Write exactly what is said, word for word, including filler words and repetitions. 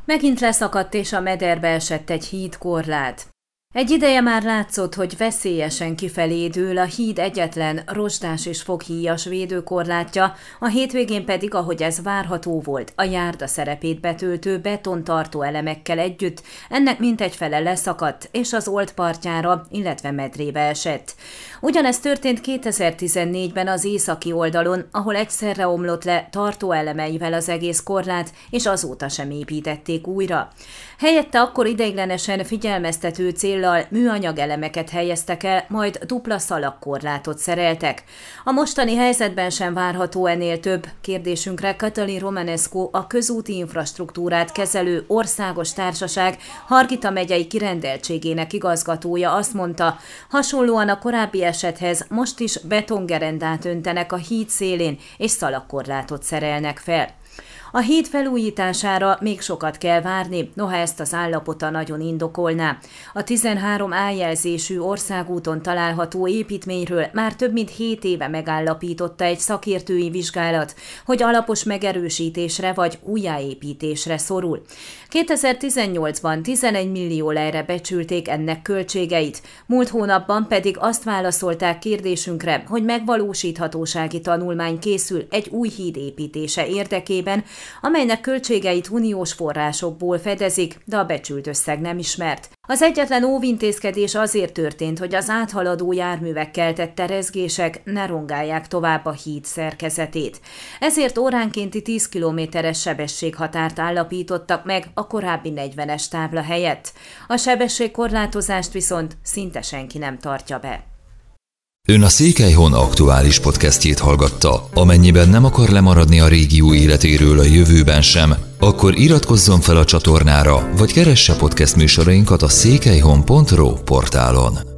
Megint leszakadt és a mederbe esett egy hídkorlát. Egy ideje már látszott, hogy veszélyesen kifelé dől a híd egyetlen rozsdás és foghíjas védőkorlátja, a hétvégén pedig, ahogy ez várható volt, a járda szerepét betöltő betontartó elemekkel együtt, ennek mintegy fele leszakadt, és az Olt partjára, illetve medrébe esett. Ugyanez történt kétezer-tizennégyben az északi oldalon, ahol egyszerre omlott le tartóelemeivel az egész korlát, és azóta sem építették újra. Helyette akkor ideiglenesen figyelmeztető céllal műanyag elemeket helyeztek el, majd dupla szalagkorlátot szereltek. A mostani helyzetben sem várható ennél több. Kérdésünkre Katalin Romanescu, a közúti infrastruktúrát kezelő országos társaság Hargita megyei kirendeltségének igazgatója azt mondta, hasonlóan a korábbi esethez most is betongerendát öntenek a híd szélén és szalagkorlátot szerelnek fel. A híd felújítására még sokat kell várni, noha ezt az állapota nagyon indokolná. A tizenhárom á jelzésű országúton található építményről már több mint hét éve megállapította egy szakértői vizsgálat, hogy alapos megerősítésre vagy újjáépítésre szorul. kétezer-tizennyolcban tizenegy millió lejre becsülték ennek költségeit, múlt hónapban pedig azt válaszolták kérdésünkre, hogy megvalósíthatósági tanulmány készül egy új híd építése érdekében, amelynek költségeit uniós forrásokból fedezik, de a becsült összeg nem ismert. Az egyetlen óvintézkedés azért történt, hogy az áthaladó járművekkel tett terezgések ne rongálják tovább a híd szerkezetét. Ezért óránkénti tíz kilométeres sebességhatárt állapítottak meg a korábbi negyvenes tábla helyett. A sebességkorlátozást viszont szinte senki nem tartja be. Ön a Székelyhon aktuális podcastjét hallgatta. Amennyiben nem akar lemaradni a régió életéről a jövőben sem, akkor iratkozzon fel a csatornára, vagy keresse podcast műsorainkat a székelyhon pont ro portálon.